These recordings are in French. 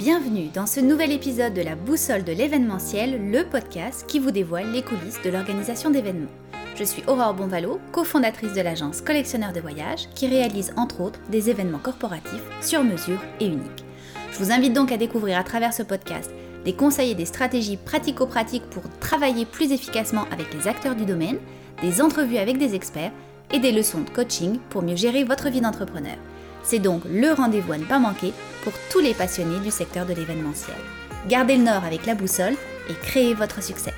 Bienvenue dans ce nouvel épisode de la Boussole de l'événementiel, le podcast qui vous dévoile les coulisses de l'organisation d'événements. Je suis Aurore Bonvalot, cofondatrice de l'agence Collectionneur de Voyages, qui réalise entre autres des événements corporatifs sur mesure et uniques. Je vous invite donc à découvrir à travers ce podcast des conseils et des stratégies pratico-pratiques pour travailler plus efficacement avec les acteurs du domaine, des entrevues avec des experts et des leçons de coaching pour mieux gérer votre vie d'entrepreneur. C'est donc le rendez-vous à ne pas manquer pour tous les passionnés du secteur de l'événementiel. Gardez le nord avec la boussole et créez votre succès.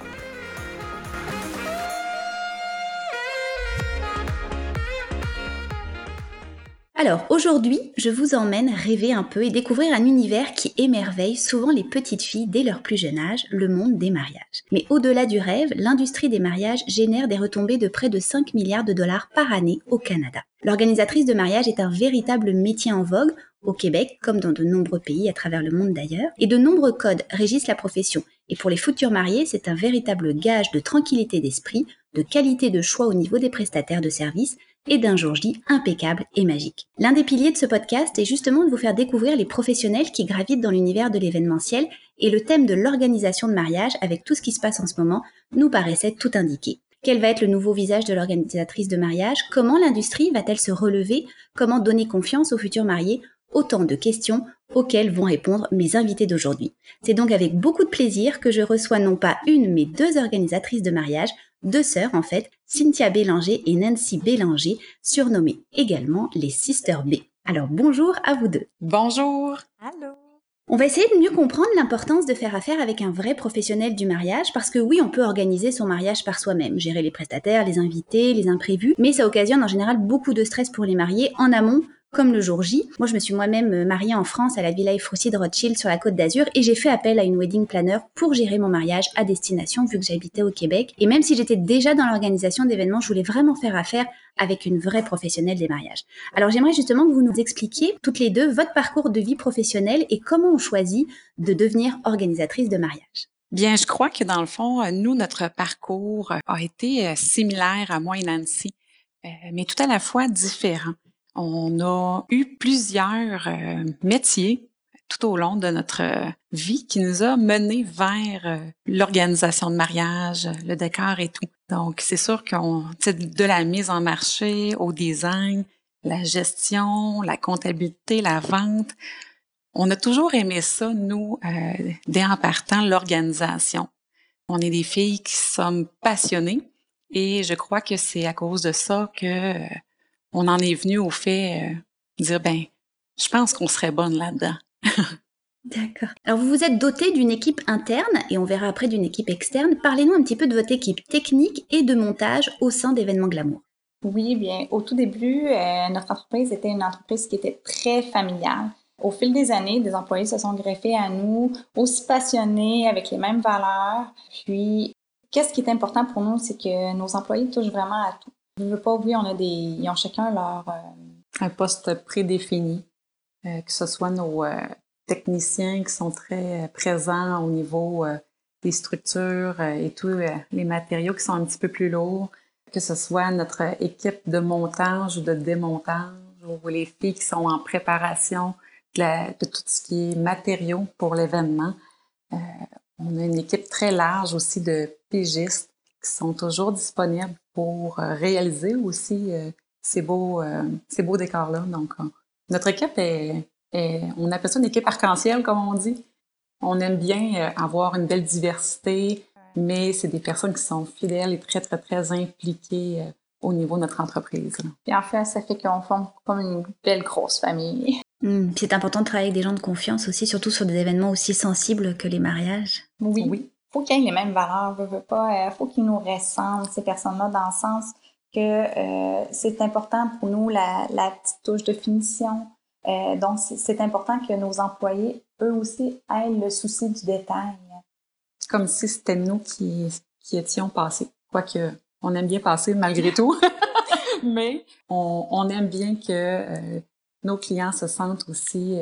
Alors aujourd'hui, je vous emmène rêver un peu et découvrir un univers qui émerveille souvent les petites filles dès leur plus jeune âge, le monde des mariages. Mais au-delà du rêve, l'industrie des mariages génère des retombées de près de 5 milliards de dollars par année au Canada. L'organisatrice de mariage est un véritable métier en vogue au Québec, comme dans de nombreux pays à travers le monde d'ailleurs, et de nombreux codes régissent la profession. Et pour les futurs mariés, c'est un véritable gage de tranquillité d'esprit, de qualité de choix au niveau des prestataires de services, et d'un jour J impeccable et magique. L'un des piliers de ce podcast est justement de vous faire découvrir les professionnels qui gravitent dans l'univers de l'événementiel et le thème de l'organisation de mariage avec tout ce qui se passe en ce moment nous paraissait tout indiqué. Quel va être le nouveau visage de l'organisatrice de mariage? Comment l'industrie va-t-elle se relever? Comment donner confiance aux futurs mariés? Autant de questions auxquelles vont répondre mes invités d'aujourd'hui. C'est donc avec beaucoup de plaisir que je reçois non pas une mais deux organisatrices de mariage, deux sœurs en fait, Cynthia Bélanger et Nancy Bélanger, surnommées également les Sister B. Alors bonjour à vous deux. Bonjour. Allô. On va essayer de mieux comprendre l'importance de faire affaire avec un vrai professionnel du mariage parce que oui, on peut organiser son mariage par soi-même, gérer les prestataires, les invités, les imprévus, mais ça occasionne en général beaucoup de stress pour les mariés en amont comme le jour J. Moi, je me suis moi-même mariée en France à la Villa Frossier de Rothschild sur la Côte d'Azur et j'ai fait appel à une wedding planner pour gérer mon mariage à destination vu que j'habitais au Québec. Et même si j'étais déjà dans l'organisation d'événements, je voulais vraiment faire affaire avec une vraie professionnelle des mariages. Alors, j'aimerais justement que vous nous expliquiez toutes les deux votre parcours de vie professionnelle et comment on choisit de devenir organisatrice de mariage. Bien, je crois que dans le fond, nous, notre parcours a été similaire à moi et Nancy, mais tout à la fois différent. On a eu plusieurs métiers tout au long de notre vie qui nous a menés vers l'organisation de mariage, le décor et tout. Donc, c'est sûr qu'on, de la mise en marché au design, la gestion, la comptabilité, la vente, on a toujours aimé ça, nous, dès en partant, l'organisation. On est des filles qui sommes passionnées et je crois que c'est à cause de ça que on en est venu au fait dire, je pense qu'on serait bonne là-dedans. D'accord. Alors, vous vous êtes dotée d'une équipe interne et on verra après d'une équipe externe. Parlez-nous un petit peu de votre équipe technique et de montage au sein d'Événements Glamour. Oui, bien, au tout début, notre entreprise était une entreprise qui était très familiale. Au fil des années, des employés se sont greffés à nous, aussi passionnés, avec les mêmes valeurs. Puis, qu'est-ce qui est important pour nous, c'est que nos employés touchent vraiment à tout. Je veux pas oublier, ils ont chacun leur un poste prédéfini, que ce soit nos techniciens qui sont très présents au niveau des structures et tous les matériaux qui sont un petit peu plus lourds, que ce soit notre équipe de montage ou de démontage, ou les filles qui sont en préparation de tout ce qui est matériaux pour l'événement. On a une équipe très large aussi de pigistes qui sont toujours disponibles pour réaliser aussi ces beaux décors-là. Donc, notre équipe on appelle ça une équipe arc-en-ciel, comme on dit. On aime bien avoir une belle diversité, mais c'est des personnes qui sont fidèles et très, très, très impliquées au niveau de notre entreprise. Et en fait, ça fait qu'on forme comme une belle grosse famille. C'est important de travailler avec des gens de confiance aussi, surtout sur des événements aussi sensibles que les mariages. Oui. Faut qu'ils aient les mêmes valeurs, faut qu'ils nous ressemblent, ces personnes-là, dans le sens que c'est important pour nous la petite touche de finition. Donc, c'est important que nos employés, eux aussi, aient le souci du détail. Comme si c'était nous qui étions passés. Quoique, on aime bien passer malgré tout. Mais on aime bien que nos clients se sentent aussi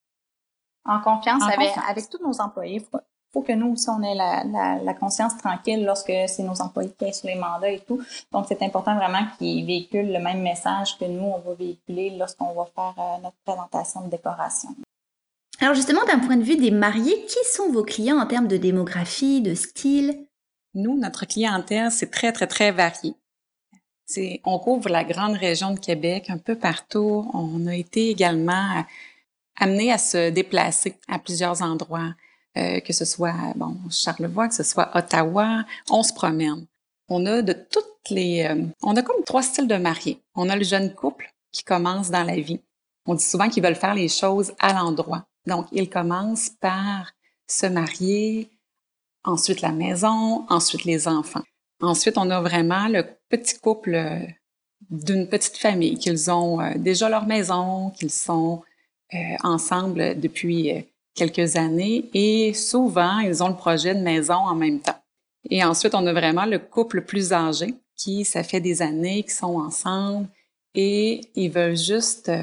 en confiance avec tous nos employés. Faut que nous aussi, on ait la conscience tranquille lorsque c'est nos employés qui sont sur les mandats et tout. Donc, c'est important vraiment qu'ils véhiculent le même message que nous, on va véhiculer lorsqu'on va faire notre présentation de décoration. Alors justement, d'un point de vue des mariés, qui sont vos clients en termes de démographie, de style? Nous, notre clientèle, c'est très, très, très varié. On couvre la grande région de Québec, un peu partout. On a été également amenés à se déplacer à plusieurs endroits, que ce soit Charlevoix, que ce soit Ottawa. On se promène. On a de toutes les... on a comme 3 styles de mariés. On a le jeune couple qui commence dans la vie. On dit souvent qu'ils veulent faire les choses à l'endroit. Donc, ils commencent par se marier, ensuite la maison, ensuite les enfants. Ensuite, on a vraiment le petit couple d'une petite famille, qu'ils ont déjà leur maison, qu'ils sont ensemble depuis quelques années et souvent, ils ont le projet de maison en même temps. Et ensuite, on a vraiment le couple plus âgé qui, ça fait des années qu'ils sont ensemble et ils veulent juste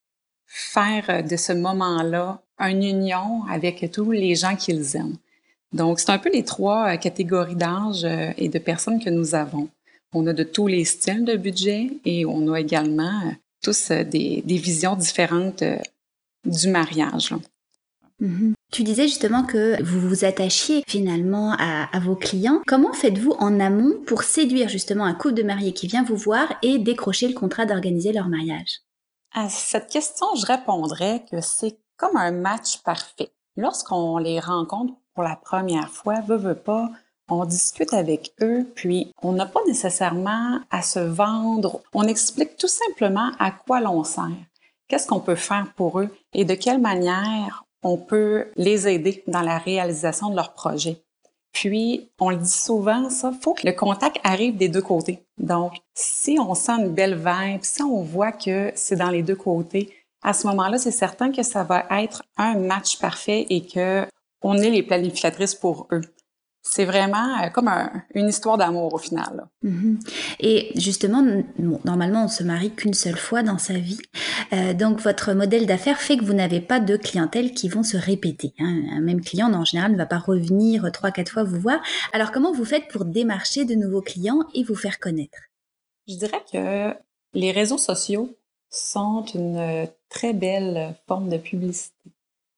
faire de ce moment-là une union avec tous les gens qu'ils aiment. Donc, c'est un peu les 3 catégories d'âge et de personnes que nous avons. On a de tous les styles de budget et on a également tous des visions différentes du mariage. Mmh. Tu disais justement que vous vous attachiez finalement à vos clients. Comment faites-vous en amont pour séduire justement un couple de mariés qui vient vous voir et décrocher le contrat d'organiser leur mariage? À cette question, je répondrais que c'est comme un match parfait. Lorsqu'on les rencontre pour la première fois, veut pas, on discute avec eux, puis on n'a pas nécessairement à se vendre. On explique tout simplement à quoi l'on sert, qu'est-ce qu'on peut faire pour eux et de quelle manière on peut les aider dans la réalisation de leur projet. Puis, on le dit souvent, ça, faut que le contact arrive des 2 côtés. Donc, si on sent une belle vibe, si on voit que c'est dans les 2 côtés, à ce moment-là, c'est certain que ça va être un match parfait et que on est les planificatrices pour eux. C'est vraiment comme une histoire d'amour au final, là. Mmh. Et justement, normalement, on se marie qu'une seule fois dans sa vie. Donc votre modèle d'affaires fait que vous n'avez pas de clientèle qui vont se répéter, hein. Un même client, en général, ne va pas revenir 3-4 fois vous voir. Alors comment vous faites pour démarcher de nouveaux clients et vous faire connaître? Je dirais que les réseaux sociaux sont une très belle forme de publicité.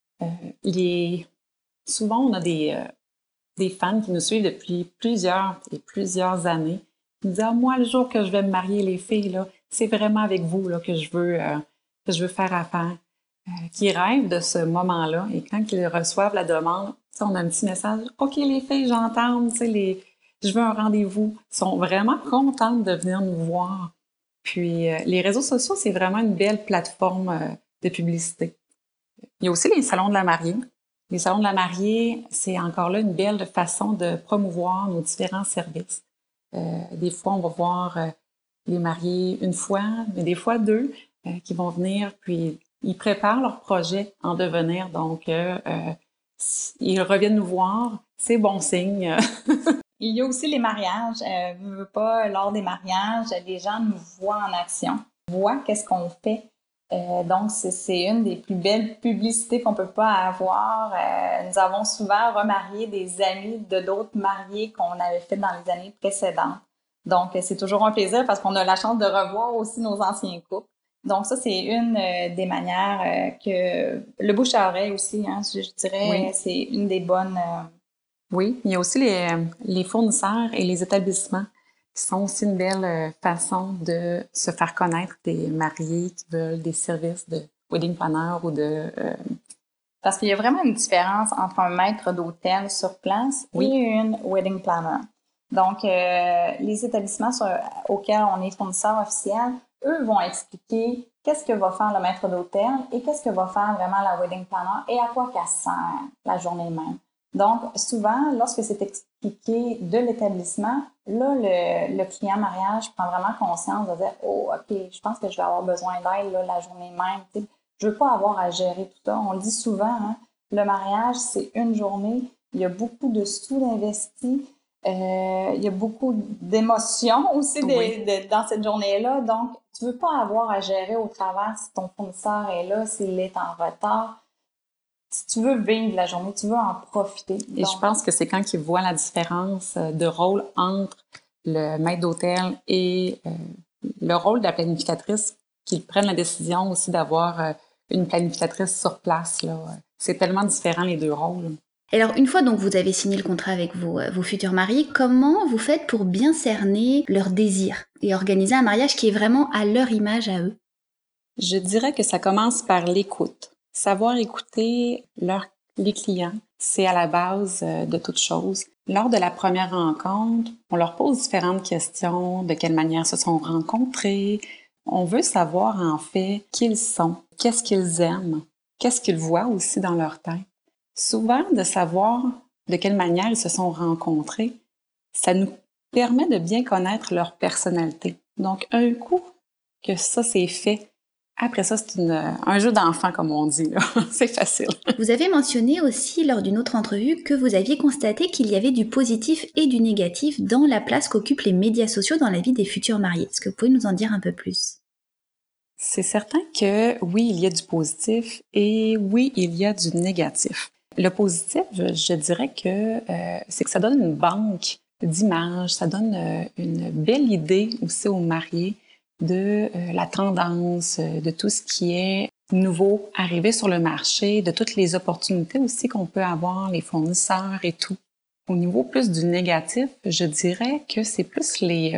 Souvent, on a des fans qui nous suivent depuis plusieurs années. Ils me disent, moi, le jour que je vais me marier, les filles, là, c'est vraiment avec vous là, que je veux faire affaire. Qui rêvent de ce moment-là. Et quand ils reçoivent la demande, on a un petit message, OK, les filles, j'entends, je veux un rendez-vous. Ils sont vraiment contentes de venir nous voir. Puis, les réseaux sociaux, c'est vraiment une belle plateforme de publicité. Il y a aussi les salons de la mariée. Les salons de la mariée, c'est encore là une belle façon de promouvoir nos différents services. Des fois, on va voir les mariés une fois, mais des fois 2 qui vont venir, puis ils préparent leur projet en devenir. Donc, ils reviennent nous voir, c'est bon signe. Il y a aussi les mariages. Veux pas, lors des mariages, les gens nous voient en action, voient qu'est-ce qu'on fait. Donc, c'est une des plus belles publicités qu'on peut pas avoir. Nous avons souvent remarié des amis de d'autres mariés qu'on avait fait dans les années précédentes. Donc, c'est toujours un plaisir parce qu'on a la chance de revoir aussi nos anciens couples. Donc, ça, c'est une des manières que... Le bouche à oreille aussi, hein, je dirais, Oui. c'est une des bonnes... Oui, il y a aussi les fournisseurs et les établissements qui sont aussi une belle façon de se faire connaître des mariés qui veulent des services de wedding planner ou de... Parce qu'il y a vraiment une différence entre un maître d'hôtel sur place et une wedding planner. Donc, les établissements auxquels on est fournisseur officiel, eux vont expliquer qu'est-ce que va faire le maître d'hôtel et qu'est-ce que va faire vraiment la wedding planner et à quoi qu'elle sert la journée même. Donc, souvent, lorsque c'est expliqué de l'établissement, là, le client mariage prend vraiment conscience de dire « Oh, OK, je pense que je vais avoir besoin d'aide là, la journée même. » T'sais, je veux pas avoir à gérer tout ça. On le dit souvent, hein, le mariage, c'est une journée. Il y a beaucoup de sous investis. Il y a beaucoup d'émotions aussi dans cette journée-là. Donc, tu veux pas avoir à gérer au travers si ton fournisseur est là, s'il est en retard. Si tu veux vivre la journée, tu veux en profiter. Et donc, je pense que c'est quand ils voient la différence de rôle entre le maître d'hôtel et le rôle de la planificatrice qu'ils prennent la décision aussi d'avoir une planificatrice sur place, là. C'est tellement différent les deux rôles. Et alors, une fois donc vous avez signé le contrat avec vos futurs mariés, comment vous faites pour bien cerner leurs désirs et organiser un mariage qui est vraiment à leur image à eux? Je dirais que ça commence par l'écoute. Savoir écouter les clients, c'est à la base de toute chose. Lors de la première rencontre, on leur pose différentes questions, de quelle manière se sont rencontrés. On veut savoir en fait qui ils sont, qu'est-ce qu'ils aiment, qu'est-ce qu'ils voient aussi dans leur tête. Souvent, de savoir de quelle manière ils se sont rencontrés, ça nous permet de bien connaître leur personnalité. Donc, un coup que ça c'est fait, après ça, c'est un jeu d'enfant, comme on dit, là. C'est facile. Vous avez mentionné aussi lors d'une autre entrevue que vous aviez constaté qu'il y avait du positif et du négatif dans la place qu'occupent les médias sociaux dans la vie des futurs mariés. Est-ce que vous pouvez nous en dire un peu plus? C'est certain que oui, il y a du positif et oui, il y a du négatif. Le positif, je dirais que c'est que ça donne une banque d'images, ça donne une belle idée aussi aux mariés de la tendance, de tout ce qui est nouveau arrivé sur le marché, de toutes les opportunités aussi qu'on peut avoir, les fournisseurs et tout. Au niveau plus du négatif, je dirais que c'est plus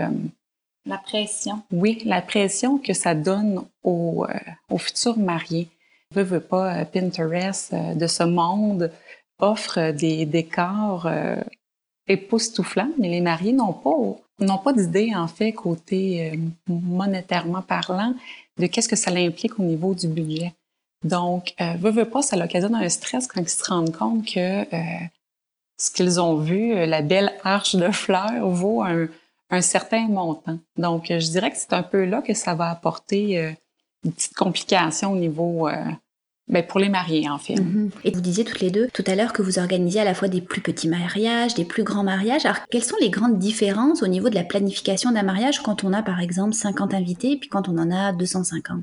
La pression. oui, la pression que ça donne aux futurs mariés. Veut pas, Pinterest de ce monde offre des décors époustouflants, mais les mariés n'ont pas d'idée, en fait, côté monétairement parlant, de qu'est-ce que ça implique au niveau du budget. Donc, veut pas, ça l'occasionne un stress quand ils se rendent compte que ce qu'ils ont vu, la belle arche de fleurs, vaut un certain montant. Donc, je dirais que c'est un peu là que ça va apporter une petite complication au niveau, pour les mariés, en fait. Mm-hmm. Et vous disiez toutes les deux tout à l'heure que vous organisez à la fois des plus petits mariages, des plus grands mariages. Alors, quelles sont les grandes différences au niveau de la planification d'un mariage quand on a, par exemple, 50 invités, puis quand on en a 250?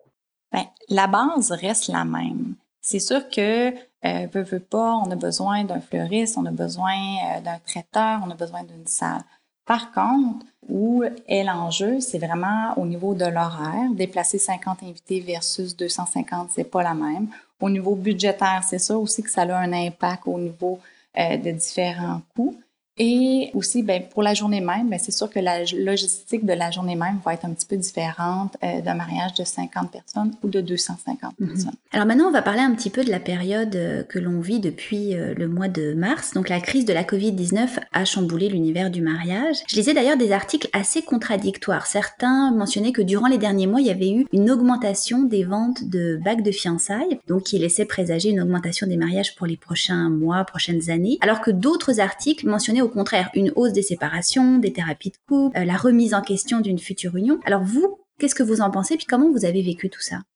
La base reste la même. C'est sûr que, veut pas, on a besoin d'un fleuriste, on a besoin d'un traiteur, on a besoin d'une salle. Par contre, où est l'enjeu, c'est vraiment au niveau de l'horaire. Déplacer 50 invités versus 250, c'est pas la même. Au niveau budgétaire, c'est sûr aussi que ça a un impact au niveau de différents coûts. Et aussi, pour la journée même, c'est sûr que la logistique de la journée même va être un petit peu différente d'un mariage de 50 personnes ou de 250 personnes. Alors maintenant, on va parler un petit peu de la période que l'on vit depuis le mois de mars. Donc la crise de la Covid-19 a chamboulé l'univers du mariage. Je lisais d'ailleurs des articles assez contradictoires. Certains mentionnaient que durant les derniers mois, il y avait eu une augmentation des ventes de bagues de fiançailles, donc qui laissait présager une augmentation des mariages pour les prochains mois, prochaines années. Alors que d'autres articles mentionnaient au contraire une hausse des séparations, des thérapies de couple, la remise en question d'une future union. Alors vous, qu'est-ce que vous en pensez, puis comment vous avez vécu tout ça?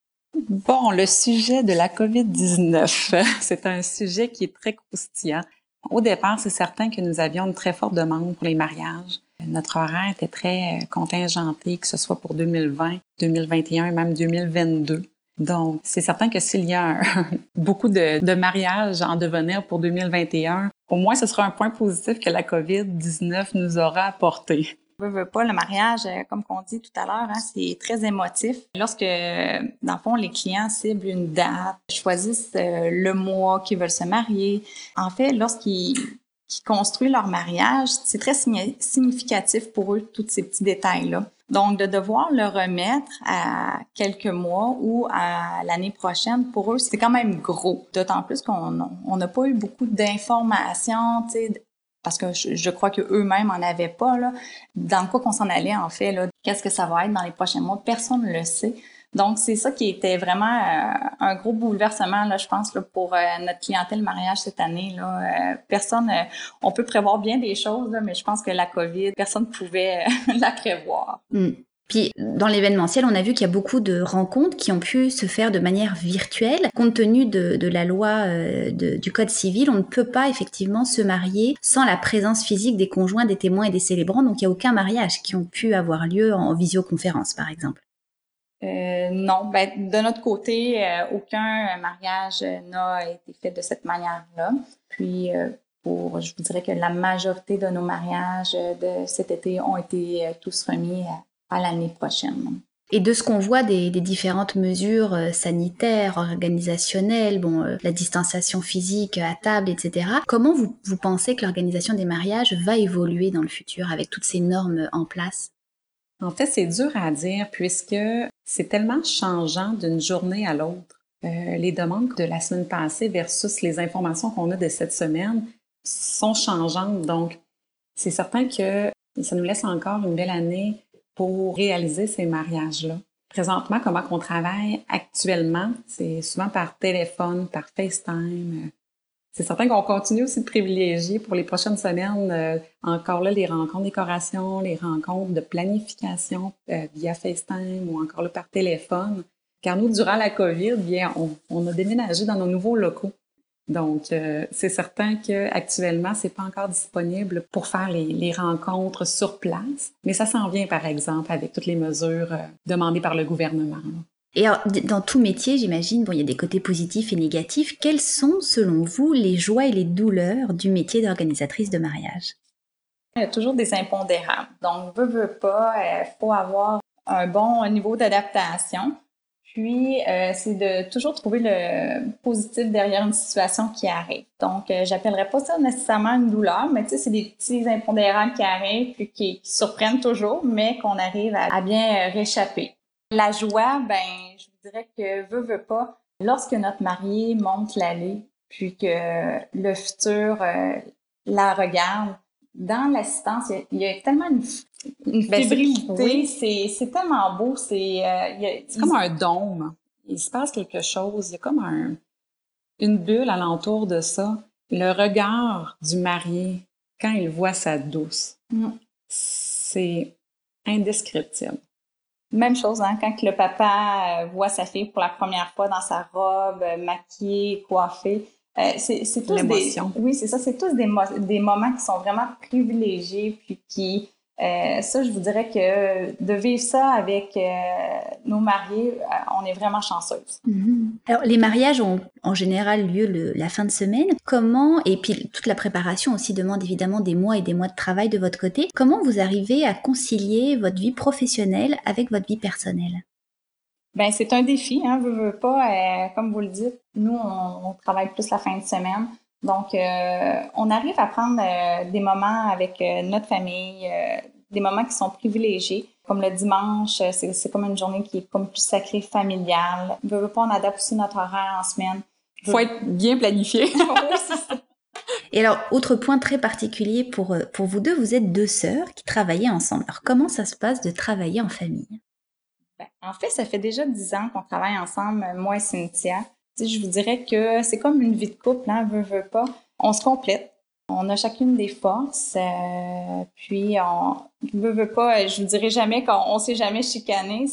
Bon, le sujet de la COVID-19, c'est un sujet qui est très croustillant. Au départ, c'est certain que nous avions une très forte demande pour les mariages. Notre horaire était très contingenté, que ce soit pour 2020, 2021 et même 2022. Donc, c'est certain que s'il y a beaucoup de mariages en devenir pour 2021, au moins ce sera un point positif que la COVID-19 nous aura apporté. Veut pas, le mariage, comme on dit tout à l'heure, c'est très émotif. Lorsque, dans le fond, les clients ciblent une date, choisissent le mois qu'ils veulent se marier, en fait, lorsqu'ils construisent leur mariage, c'est très significatif pour eux, tous ces petits détails-là. Donc, de devoir le remettre à quelques mois ou à l'année prochaine, pour eux, c'est quand même gros. D'autant plus qu'on n'a pas eu beaucoup d'informations, tu sais, parce que je crois qu'eux-mêmes en avaient pas, là. Dans quoi qu'on s'en allait, en fait, là. Qu'est-ce que ça va être dans les prochains mois? Personne ne le sait. Donc, c'est ça qui était vraiment un gros bouleversement, là, je pense, là, pour notre clientèle mariage cette année, là. Personne, on peut prévoir bien des choses, là, mais je pense que la COVID, personne ne pouvait la prévoir. Puis, dans l'événementiel, on a vu qu'il y a beaucoup de rencontres qui ont pu se faire de manière virtuelle. Compte tenu de la loi du Code civil, on ne peut pas effectivement se marier sans la présence physique des conjoints, des témoins et des célébrants. Donc, il n'y a aucun mariage qui ont pu avoir lieu en visioconférence, par exemple. Non, de notre côté, aucun mariage n'a été fait de cette manière-là. Puis, je vous dirais que la majorité de nos mariages de cet été ont été tous remis à l'année prochaine. Et de ce qu'on voit des différentes mesures sanitaires, organisationnelles, la distanciation physique à table, etc., comment vous pensez que l'organisation des mariages va évoluer dans le futur avec toutes ces normes en place? En fait, c'est dur à dire puisque c'est tellement changeant d'une journée à l'autre. Les demandes de la semaine passée versus les informations qu'on a de cette semaine sont changeantes. Donc, c'est certain que ça nous laisse encore une belle année pour réaliser ces mariages-là. Présentement, comment on travaille actuellement, c'est souvent par téléphone, par FaceTime. C'est certain qu'on continue aussi de privilégier pour les prochaines semaines encore là les rencontres décoration, les rencontres de planification via FaceTime ou encore là par téléphone. Car nous, durant la COVID, bien, on a déménagé dans nos nouveaux locaux. Donc, c'est certain qu'actuellement, c'est pas encore disponible pour faire les rencontres sur place, mais ça s'en vient, par exemple, avec toutes les mesures demandées par le gouvernement. Et alors, dans tout métier, j'imagine, il y a des côtés positifs et négatifs. Quelles sont, selon vous, les joies et les douleurs du métier d'organisatrice de mariage? Il y a toujours des impondérables. Donc, veut pas, faut avoir un bon niveau d'adaptation. Puis, c'est de toujours trouver le positif derrière une situation qui arrive. Donc, j'appellerais pas ça nécessairement une douleur, mais tu sais, c'est des petits impondérables qui arrivent puis qui surprennent toujours, mais qu'on arrive à bien réchapper. La joie, je vous dirais que veut pas, lorsque notre marié monte l'allée, puis que le futur la regarde, dans l'assistance, il y a tellement une fébrilité, c'est tellement beau, c'est comme un dôme. Il se passe quelque chose, il y a comme une bulle alentour de ça. Le regard du marié quand il voit sa douce, c'est indescriptible. Même chose, hein, quand le papa voit sa fille pour la première fois dans sa robe, maquillée, coiffée, c'est tous l'émotion. Oui, c'est ça, c'est tous des moments qui sont vraiment privilégiés, puis qui, ça, je vous dirais que de vivre ça avec nos mariés, on est vraiment chanceuse. Mm-hmm. Alors, les mariages ont en général lieu la fin de semaine. Comment, et puis toute la préparation aussi demande évidemment des mois et des mois de travail de votre côté, comment vous arrivez à concilier votre vie professionnelle avec votre vie personnelle? C'est un défi, hein, veut pas, comme vous le dites, nous, on travaille plus la fin de semaine. Donc, on arrive à prendre des moments avec notre famille, des moments qui sont privilégiés. Comme le dimanche, c'est comme une journée qui est comme plus sacrée, familiale. Veut pas, on adapte aussi notre horaire en semaine. Faut être bien planifié. Oui, c'est ça. Et alors, autre point très particulier pour vous deux, vous êtes deux sœurs qui travaillez ensemble. Alors, comment ça se passe de travailler en famille? En fait, ça fait déjà 10 ans qu'on travaille ensemble, moi et Cynthia. Je vous dirais que c'est comme une vie de couple, hein, veut pas. On se complète. On a chacune des forces, puis on veut pas. Je vous dirais jamais qu'on s'est jamais chicané,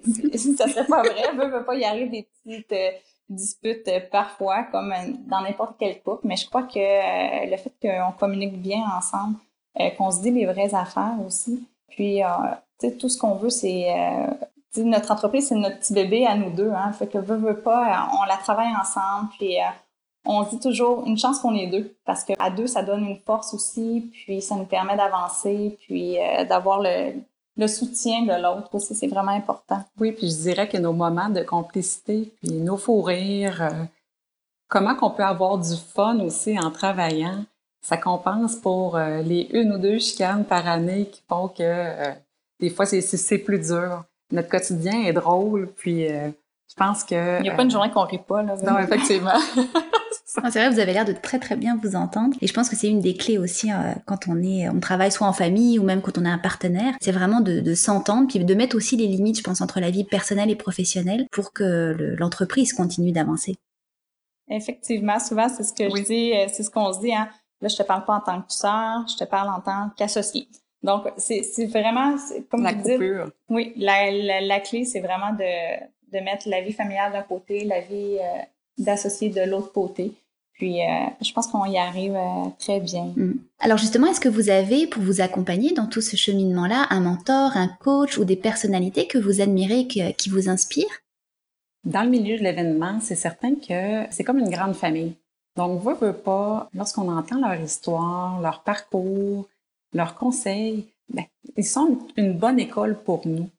ça serait pas vrai. Veut pas, il arrive des petites disputes parfois, comme dans n'importe quel couple. Mais je crois que le fait qu'on communique bien ensemble, qu'on se dit les vraies affaires aussi, puis tout ce qu'on veut, c'est notre entreprise, c'est notre petit bébé à nous deux, hein. Fait que veut pas, on la travaille ensemble, puis on se dit toujours une chance qu'on est deux, parce que à deux, ça donne une force aussi, puis ça nous permet d'avancer, puis d'avoir le soutien de l'autre aussi, c'est vraiment important. Oui, puis je dirais que nos moments de complicité, puis nos fous rires, comment qu'on peut avoir du fun aussi en travaillant, ça compense pour les une ou deux chicanes par année qui font que des fois, c'est plus dur. Notre quotidien est drôle, puis je pense que... Il n'y a pas une journée qu'on rit pas, là. Non, effectivement. C'est vrai, vous avez l'air de très très bien vous entendre. Et je pense que c'est une des clés aussi quand on travaille soit en famille ou même quand on a un partenaire. C'est vraiment de s'entendre, puis de mettre aussi les limites, je pense, entre la vie personnelle et professionnelle pour que l'entreprise continue d'avancer. Effectivement, souvent, c'est ce que je dis, c'est ce qu'on se dit, hein. Là, je te parle pas en tant que sœur, je te parle en tant qu'associé. Donc, c'est vraiment, comme la vous dites, coupure. Oui, la clé, c'est vraiment de mettre la vie familiale d'un côté, la vie d'associé de l'autre côté. Puis, je pense qu'on y arrive très bien. Alors justement, est-ce que vous avez, pour vous accompagner dans tout ce cheminement-là, un mentor, un coach ou des personnalités que vous admirez, qui vous inspirent? Dans le milieu de l'événement, c'est certain que c'est comme une grande famille. Donc, veut pas, lorsqu'on entend leur histoire, leur parcours, leurs conseils, ils sont une bonne école pour nous.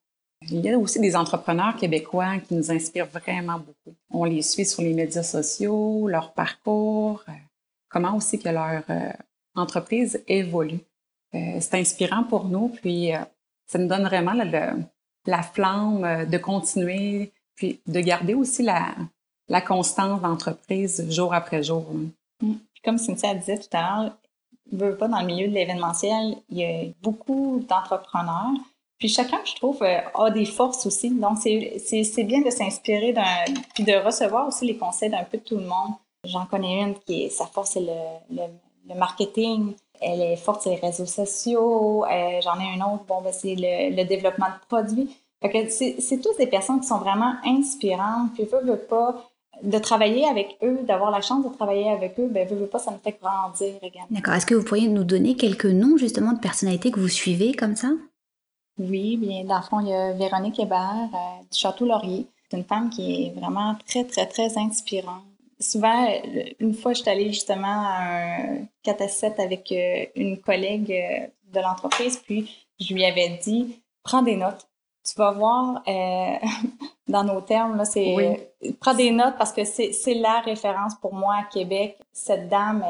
Il y a aussi des entrepreneurs québécois qui nous inspirent vraiment beaucoup. On les suit sur les médias sociaux, leur parcours, comment aussi que leur entreprise évolue. C'est inspirant pour nous, puis ça nous donne vraiment la flamme de continuer, puis de garder aussi la constance d'entreprise jour après jour. Comme Cynthia disait tout à l'heure, veux pas dans le milieu de l'événementiel, il y a beaucoup d'entrepreneurs. Puis chacun, je trouve, a des forces aussi. Donc, c'est bien de s'inspirer puis de recevoir aussi les conseils d'un peu de tout le monde. J'en connais une sa force, c'est le marketing. Elle est forte sur les réseaux sociaux. J'en ai une autre, c'est le développement de produits. Fait que c'est tous des personnes qui sont vraiment inspirantes. Puis, veux pas, de travailler avec eux, d'avoir la chance de travailler avec eux, veux pas, ça nous fait grandir également. D'accord. Est-ce que vous pourriez nous donner quelques noms, justement, de personnalités que vous suivez comme ça? Oui, bien, dans le fond, il y a Véronique Hébert du Château-Laurier. C'est une femme qui est vraiment très, très, très inspirante. Souvent, une fois, je suis allée justement à un 4-7 avec une collègue de l'entreprise, puis je lui avais dit, prends des notes. Tu vas voir, dans nos termes, là, prends des notes parce que c'est la référence pour moi à Québec. Cette dame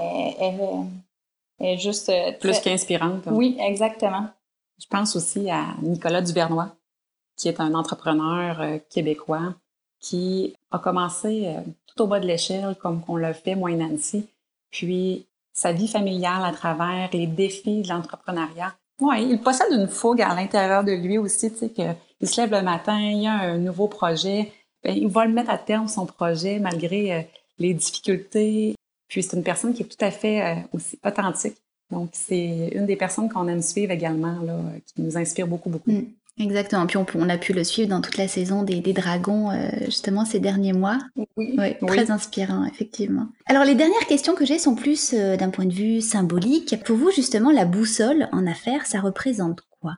est juste... Plus qu'inspirante. Oui, exactement. Je pense aussi à Nicolas Duvernois, qui est un entrepreneur québécois qui a commencé tout au bas de l'échelle, comme qu'on l'a fait, moi et Nancy. Puis, sa vie familiale à travers les défis de l'entrepreneuriat. Oui, il possède une fougue à l'intérieur de lui aussi, tu sais, qu'il se lève le matin, il y a un nouveau projet, il va le mettre à terme, son projet, malgré les difficultés. Puis, c'est une personne qui est tout à fait aussi authentique. Donc, c'est une des personnes qu'on aime suivre également, là, qui nous inspire beaucoup, beaucoup. Exactement. Puis on a pu le suivre dans toute la saison des Dragons, justement, ces derniers mois. Oui. Ouais, très inspirant, effectivement. Alors, les dernières questions que j'ai sont plus d'un point de vue symbolique. Pour vous, justement, la boussole en affaires, ça représente quoi?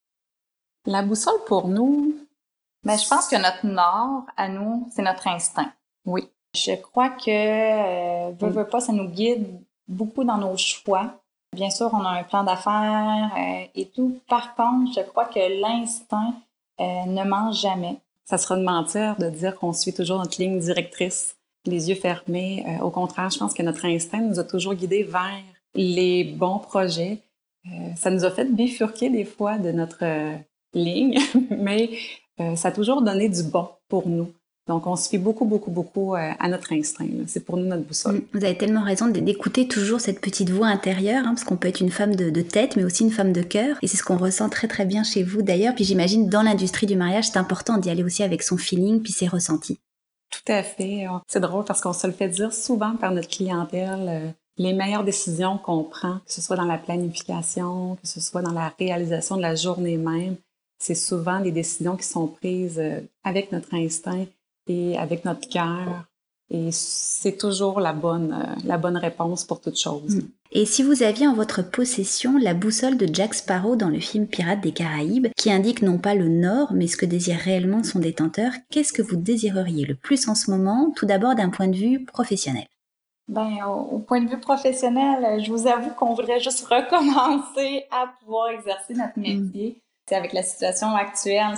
La boussole, pour nous... je pense que notre nord, à nous, c'est notre instinct. Oui. Je crois que, veux pas, ça nous guide beaucoup dans nos choix. Bien sûr, on a un plan d'affaires et tout. Par contre, je crois que l'instinct ne ment jamais. Ça serait de mentir de dire qu'on suit toujours notre ligne directrice, les yeux fermés. Au contraire, je pense que notre instinct nous a toujours guidés vers les bons projets. Ça nous a fait bifurquer des fois de notre ligne, mais ça a toujours donné du bon pour nous. Donc, on se fie beaucoup, beaucoup, beaucoup à notre instinct. C'est pour nous notre boussole. Vous avez tellement raison d'écouter toujours cette petite voix intérieure, parce qu'on peut être une femme de tête, mais aussi une femme de cœur. Et c'est ce qu'on ressent très, très bien chez vous d'ailleurs. Puis j'imagine, dans l'industrie du mariage, c'est important d'y aller aussi avec son feeling, puis ses ressentis. Tout à fait. C'est drôle parce qu'on se le fait dire souvent par notre clientèle. Les meilleures décisions qu'on prend, que ce soit dans la planification, que ce soit dans la réalisation de la journée même, c'est souvent des décisions qui sont prises avec notre instinct et avec notre cœur. Et c'est toujours la bonne réponse pour toute chose. Et si vous aviez en votre possession la boussole de Jack Sparrow dans le film Pirates des Caraïbes, qui indique non pas le nord, mais ce que désire réellement son détenteur, qu'est-ce que vous désireriez le plus en ce moment, tout d'abord d'un point de vue professionnel? Au point de vue professionnel, je vous avoue qu'on voudrait juste recommencer à pouvoir exercer notre métier. Avec la situation actuelle,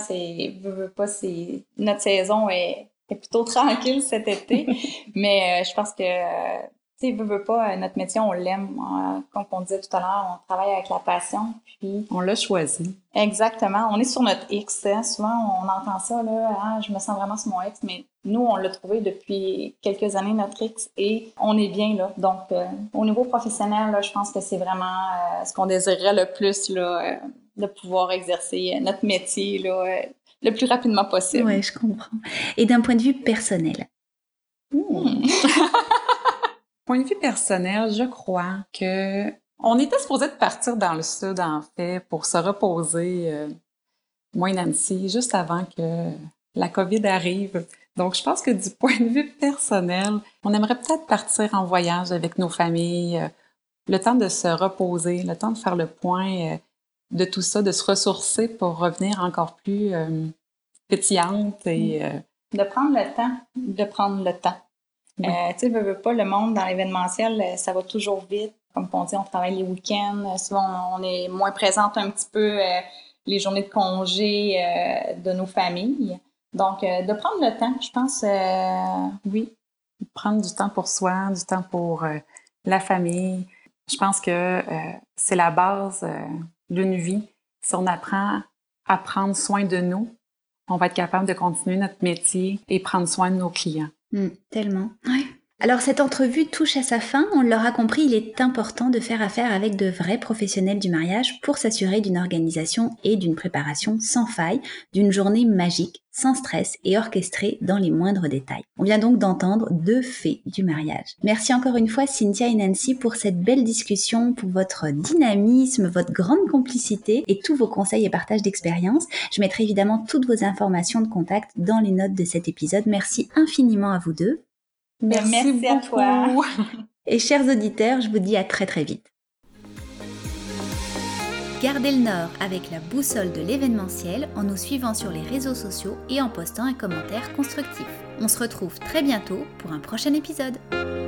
notre saison est plutôt tranquille cet été, mais je pense que, veut pas, notre métier, on l'aime. Comme on disait tout à l'heure, on travaille avec la passion, puis... On l'a choisi. Exactement. On est sur notre X. Hein. Souvent, on entend ça, là, je me sens vraiment sur mon X, mais nous, on l'a trouvé depuis quelques années, notre X, et on est bien là. Donc, au niveau professionnel, là, je pense que c'est vraiment ce qu'on désirerait le plus, là, de pouvoir exercer notre métier, là, le plus rapidement possible. Oui, je comprends. Et d'un point de vue personnel? Point de vue personnel, je crois que on était supposé de partir dans le sud, en fait, pour se reposer, moi et Nancy, juste avant que la COVID arrive. Donc, je pense que du point de vue personnel, on aimerait peut-être partir en voyage avec nos familles, le temps de se reposer, le temps de faire le point de tout ça, de se ressourcer pour revenir encore plus pétillante et... De prendre le temps. Oui. Tu sais, veux pas, le monde dans l'événementiel, ça va toujours vite. Comme on dit, on travaille les week-ends. Souvent, on est moins présente un petit peu les journées de congé de nos familles. Donc, de prendre le temps, je pense, oui, prendre du temps pour soi, du temps pour la famille. Je pense que c'est la base d'une vie. Si on apprend à prendre soin de nous, on va être capable de continuer notre métier et prendre soin de nos clients. Tellement. Ouais. Alors cette entrevue touche à sa fin, on l'aura compris, il est important de faire affaire avec de vrais professionnels du mariage pour s'assurer d'une organisation et d'une préparation sans faille, d'une journée magique, sans stress et orchestrée dans les moindres détails. On vient donc d'entendre 2 fées du mariage. Merci encore une fois Cynthia et Nancy pour cette belle discussion, pour votre dynamisme, votre grande complicité et tous vos conseils et partages d'expérience. Je mettrai évidemment toutes vos informations de contact dans les notes de cet épisode. Merci infiniment à vous deux. Merci à toi. Et chers auditeurs, je vous dis à très très vite. Gardez le nord avec la boussole de l'événementiel en nous suivant sur les réseaux sociaux et en postant un commentaire constructif. On se retrouve très bientôt pour un prochain épisode.